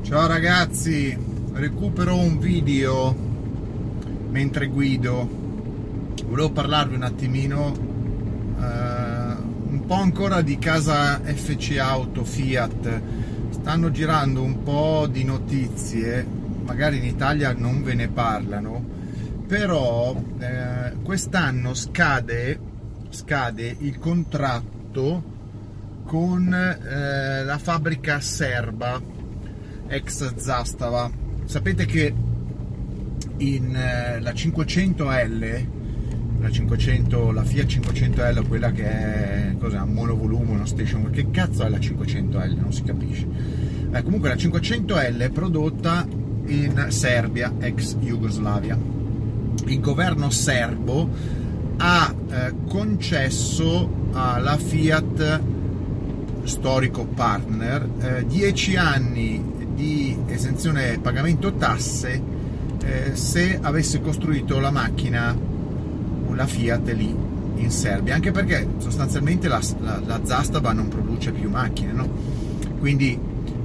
Ciao ragazzi, recupero un video mentre guido. Volevo parlarvi un attimino un po' ancora di casa FC Auto Fiat. Stanno girando un po' di notizie, magari in Italia non ve ne parlano, però quest'anno scade il contratto con la fabbrica serba ex Zastava. Sapete che la 500L, la Fiat 500L, quella che è un monovolume, uno station, che cazzo è la 500L? Non si capisce. Comunque la 500L è prodotta in Serbia, ex Jugoslavia. Il governo serbo ha concesso alla Fiat, storico partner, 10 anni di esenzione pagamento tasse se avesse costruito la macchina, la Fiat, lì in Serbia, anche perché sostanzialmente la Zastava non produce più macchine, no? Quindi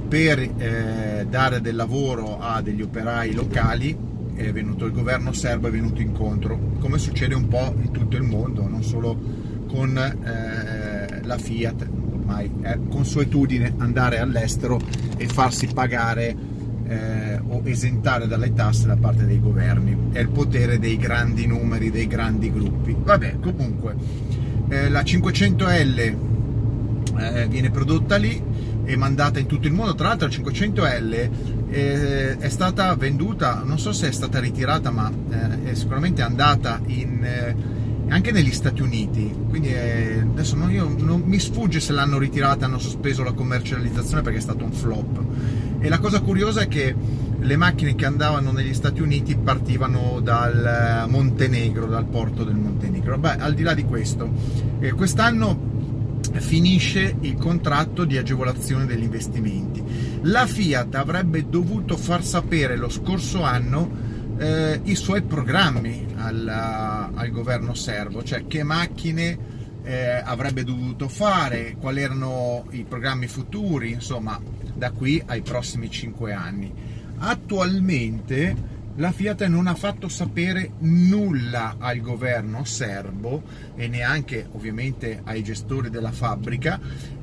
per dare del lavoro a degli operai locali il governo serbo è venuto incontro, come succede un po' in tutto il mondo, non solo con la Fiat. Ormai è consuetudine andare all'estero e farsi pagare o esentare dalle tasse da parte dei governi. È il potere dei grandi numeri, dei grandi gruppi. Vabbè, comunque la 500L viene prodotta lì e mandata in tutto il mondo. Tra l'altro la 500L è stata venduta, non so se è stata ritirata, ma è sicuramente andata anche negli Stati Uniti, quindi adesso non mi sfugge se l'hanno ritirata, hanno sospeso la commercializzazione perché è stato un flop. E la cosa curiosa è che le macchine che andavano negli Stati Uniti partivano dal Montenegro, dal porto del Montenegro. Beh, al di là di questo, quest'anno finisce il contratto di agevolazione degli investimenti. La Fiat avrebbe dovuto far sapere lo scorso anno i suoi programmi al governo serbo, cioè che macchine avrebbe dovuto fare, quali erano i programmi futuri, insomma, da qui ai prossimi 5 anni. Attualmente la Fiat non ha fatto sapere nulla al governo serbo e neanche ovviamente ai gestori della fabbrica.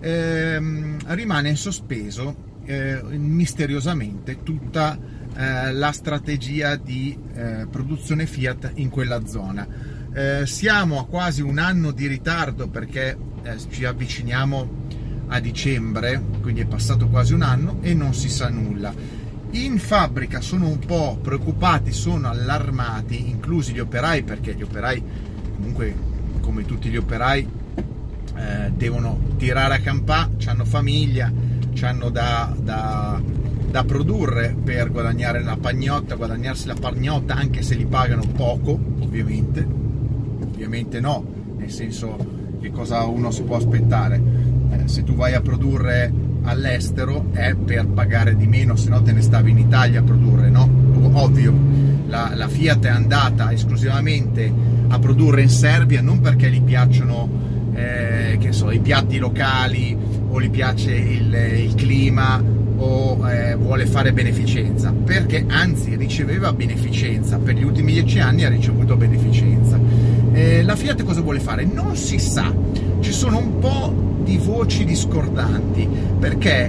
Rimane in sospeso misteriosamente tutta la strategia di produzione Fiat in quella zona. Siamo a quasi un anno di ritardo perché ci avviciniamo a dicembre, quindi è passato quasi un anno e non si sa nulla. In fabbrica sono un po' preoccupati, sono allarmati, inclusi gli operai, perché gli operai comunque, come tutti gli operai, devono tirare a campà, hanno famiglia, hanno da produrre per guadagnare la pagnotta, guadagnarsi la pagnotta, anche se li pagano poco, ovviamente no, nel senso, che cosa uno si può aspettare? Se tu vai a produrre all'estero è per pagare di meno, se no te ne stavi in Italia a produrre, no? Ovvio, la Fiat è andata esclusivamente a produrre in Serbia non perché gli piacciono i piatti locali o gli piace il clima o vuole fare beneficenza, perché anzi riceveva beneficenza, per gli ultimi 10 anni ha ricevuto beneficenza. La Fiat cosa vuole fare? Non si sa, ci sono un po' di voci discordanti, perché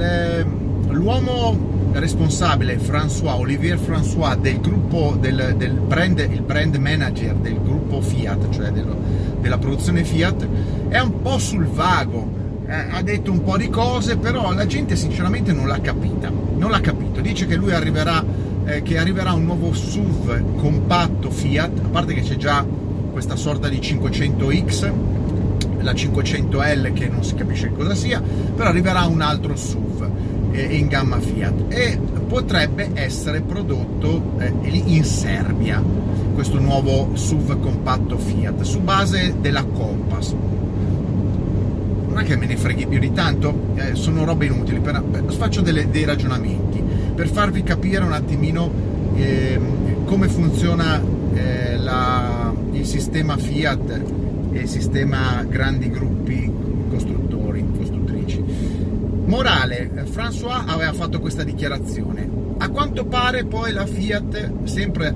l'uomo responsabile, Olivier François, del gruppo il brand manager del gruppo Fiat, cioè della produzione Fiat, è un po' sul vago. Ha detto un po' di cose, però la gente sinceramente non l'ha capito. Dice che lui arriverà un nuovo SUV compatto Fiat, a parte che c'è già questa sorta di 500X, la 500L che non si capisce cosa sia, però arriverà un altro SUV in gamma Fiat e potrebbe essere prodotto in Serbia, questo nuovo SUV compatto Fiat su base della Compass. Non è che me ne freghi più di tanto, sono robe inutili, faccio dei ragionamenti per farvi capire un attimino come funziona il sistema Fiat e il sistema grandi gruppi costruttrici. Morale, François aveva fatto questa dichiarazione. A quanto pare poi la Fiat, sempre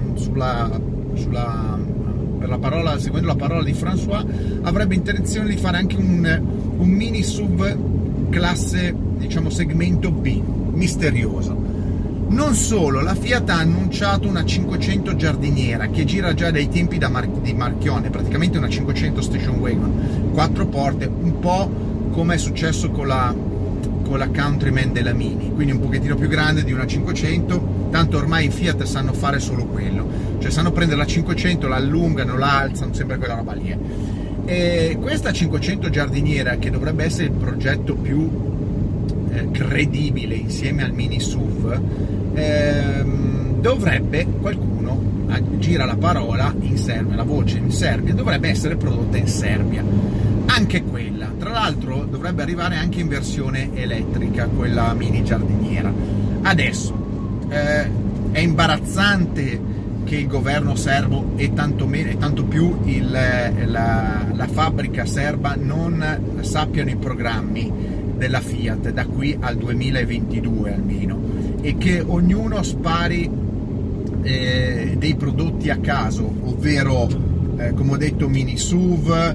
seguendo la parola di François, avrebbe intenzione di fare anche un mini SUV classe, diciamo, segmento B, misterioso. Non solo, la Fiat ha annunciato una 500 giardiniera che gira già dai tempi di Marchionne, praticamente una 500 station wagon, 4 porte, un po' come è successo con la Countryman della Mini, quindi un pochettino più grande di una 500, tanto ormai in Fiat sanno fare solo quello, cioè sanno prendere la 500, la allungano, la alzano, sempre quella roba lì. E questa 500 giardiniera, che dovrebbe essere il progetto più credibile insieme al mini SUV, dovrebbe, qualcuno gira la parola in Serbia, la voce in Serbia, dovrebbe essere prodotta in Serbia, anche quella. Tra l'altro dovrebbe arrivare anche in versione elettrica, quella mini giardiniera. Adesso è imbarazzante che il governo serbo e tanto più la fabbrica serba non sappiano i programmi della Fiat da qui al 2022 almeno, e che ognuno spari dei prodotti a caso, ovvero come ho detto mini SUV,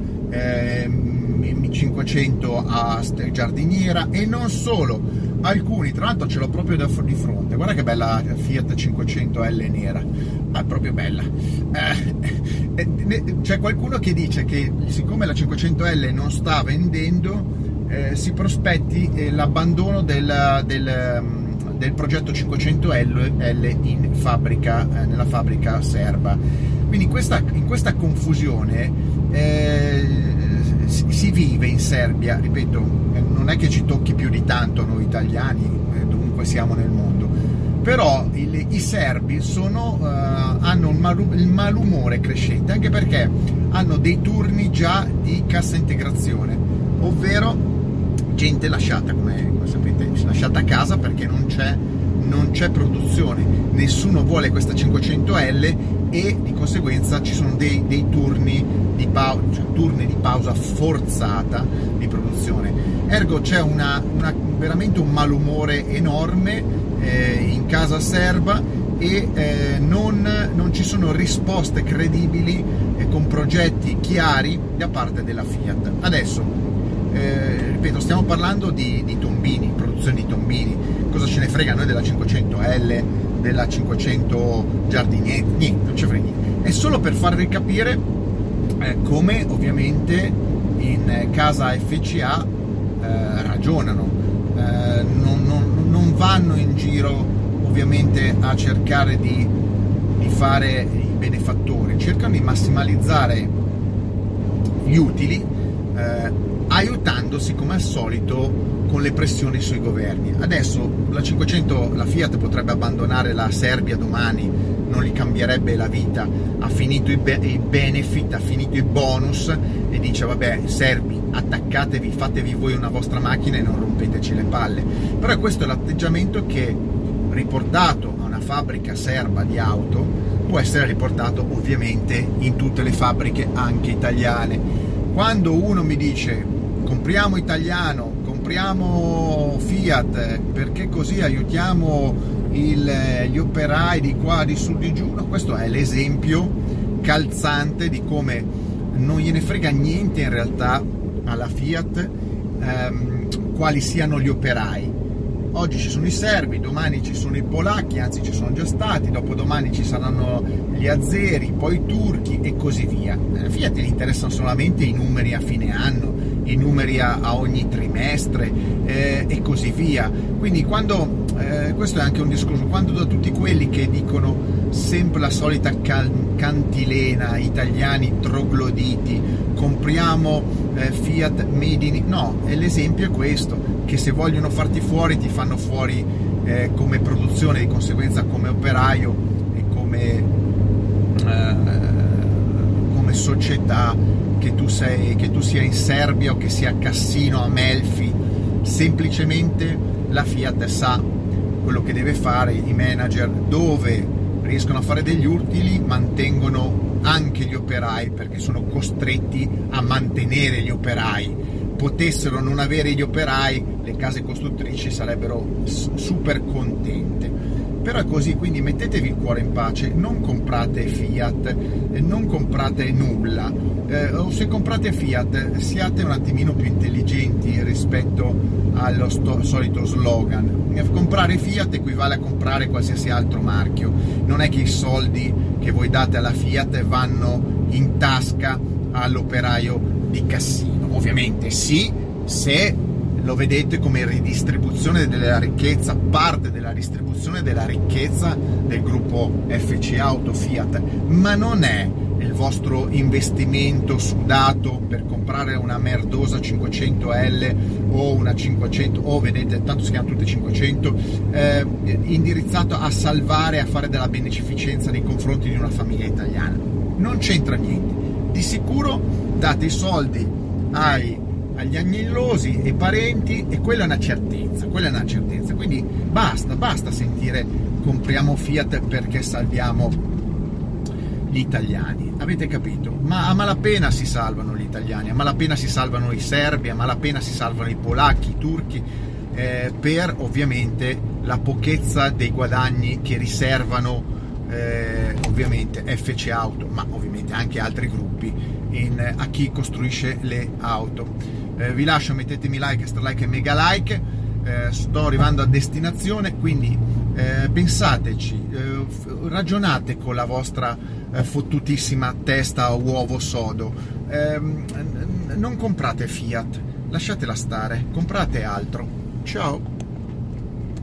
500 a giardiniera, e non solo, alcuni, tra l'altro ce l'ho proprio di fronte, guarda che bella Fiat 500L nera, è proprio bella. C'è qualcuno che dice che siccome la 500L non sta vendendo, si prospetti l'abbandono del progetto 500L in fabbrica, nella fabbrica serba. Quindi in questa confusione si vive in Serbia, ripeto, non è che ci tocchi più di tanto noi italiani, dovunque siamo nel mondo, però i serbi hanno il malumore crescente, anche perché hanno dei turni già di cassa integrazione, ovvero gente lasciata, come sapete, lasciata a casa perché non c'è produzione, nessuno vuole questa 500L e di conseguenza ci sono dei turni di pausa forzata di produzione. Ergo c'è veramente un malumore enorme in casa serba, e non ci sono risposte credibili con progetti chiari da parte della Fiat. Adesso ripeto, stiamo parlando di tombini, produzione di tombini, cosa ce ne frega noi della 500L, della 500 giardiniera, niente, non ci frega niente. È solo per farvi capire come ovviamente in casa FCA ragionano, non vanno in giro ovviamente a cercare di fare i benefattori, cercano di massimalizzare gli utili, aiutandosi come al solito con le pressioni sui governi. Adesso la Fiat potrebbe abbandonare la Serbia domani, non gli cambierebbe la vita, ha finito i benefit, ha finito i bonus e dice vabbè, serbi, attaccatevi, fatevi voi una vostra macchina e non rompeteci le palle. Però questo è l'atteggiamento che, riportato a una fabbrica serba di auto, può essere riportato ovviamente in tutte le fabbriche anche italiane. Quando uno mi dice compriamo italiano, compriamo Fiat perché così aiutiamo gli operai di qua, di su, di giù, no, questo è l'esempio calzante di come non gliene frega niente in realtà alla Fiat quali siano gli operai. Oggi ci sono i serbi, domani ci sono i polacchi, anzi ci sono già stati, dopodomani ci saranno gli azeri, poi i turchi e così via. A Fiat gli interessano solamente i numeri a fine anno, i numeri a ogni trimestre e così via. Quindi quando, questo è anche un discorso, quando da tutti quelli che dicono sempre la solita cantilena, italiani trogloditi, compriamo Fiat made in... No, l'esempio è questo, che se vogliono farti fuori ti fanno fuori come produzione, di conseguenza come operaio e come società, che tu sia in Serbia o che sia a Cassino, a Melfi. Semplicemente la Fiat sa quello che deve fare, i manager dove riescono a fare degli utili mantengono anche gli operai, perché sono costretti a mantenere gli operai, potessero non avere gli operai, le case costruttrici sarebbero super contente. Però è così, quindi mettetevi il cuore in pace, non comprate Fiat, non comprate nulla, o se comprate Fiat siate un attimino più intelligenti rispetto allo solito slogan. Comprare Fiat equivale a comprare qualsiasi altro marchio, non è che i soldi che voi date alla Fiat vanno in tasca all'operaio di Cassino. Ovviamente sì, se lo vedete come ridistribuzione della ricchezza, parte della distribuzione della ricchezza del gruppo FC Auto Fiat, ma non è il vostro investimento sudato per comprare una merdosa 500L o una 500, o vedete, tanto si chiamano tutte 500, indirizzato a salvare, a fare della beneficenza nei confronti di una famiglia italiana. Non c'entra niente. Di sicuro date i soldi agli agnellosi e parenti, e quella è una certezza, quindi basta sentire compriamo Fiat perché salviamo gli italiani, avete capito? Ma a malapena si salvano gli italiani, a malapena si salvano i serbi, a malapena si salvano i polacchi, i turchi, per ovviamente la pochezza dei guadagni che riservano ovviamente FC Auto, ma ovviamente anche altri gruppi, a chi costruisce le auto. Vi lascio, mettetemi like, stralike e mega like, sto arrivando a destinazione, quindi pensateci, ragionate con la vostra fottutissima testa a uovo sodo, non comprate Fiat, lasciatela stare, comprate altro. Ciao!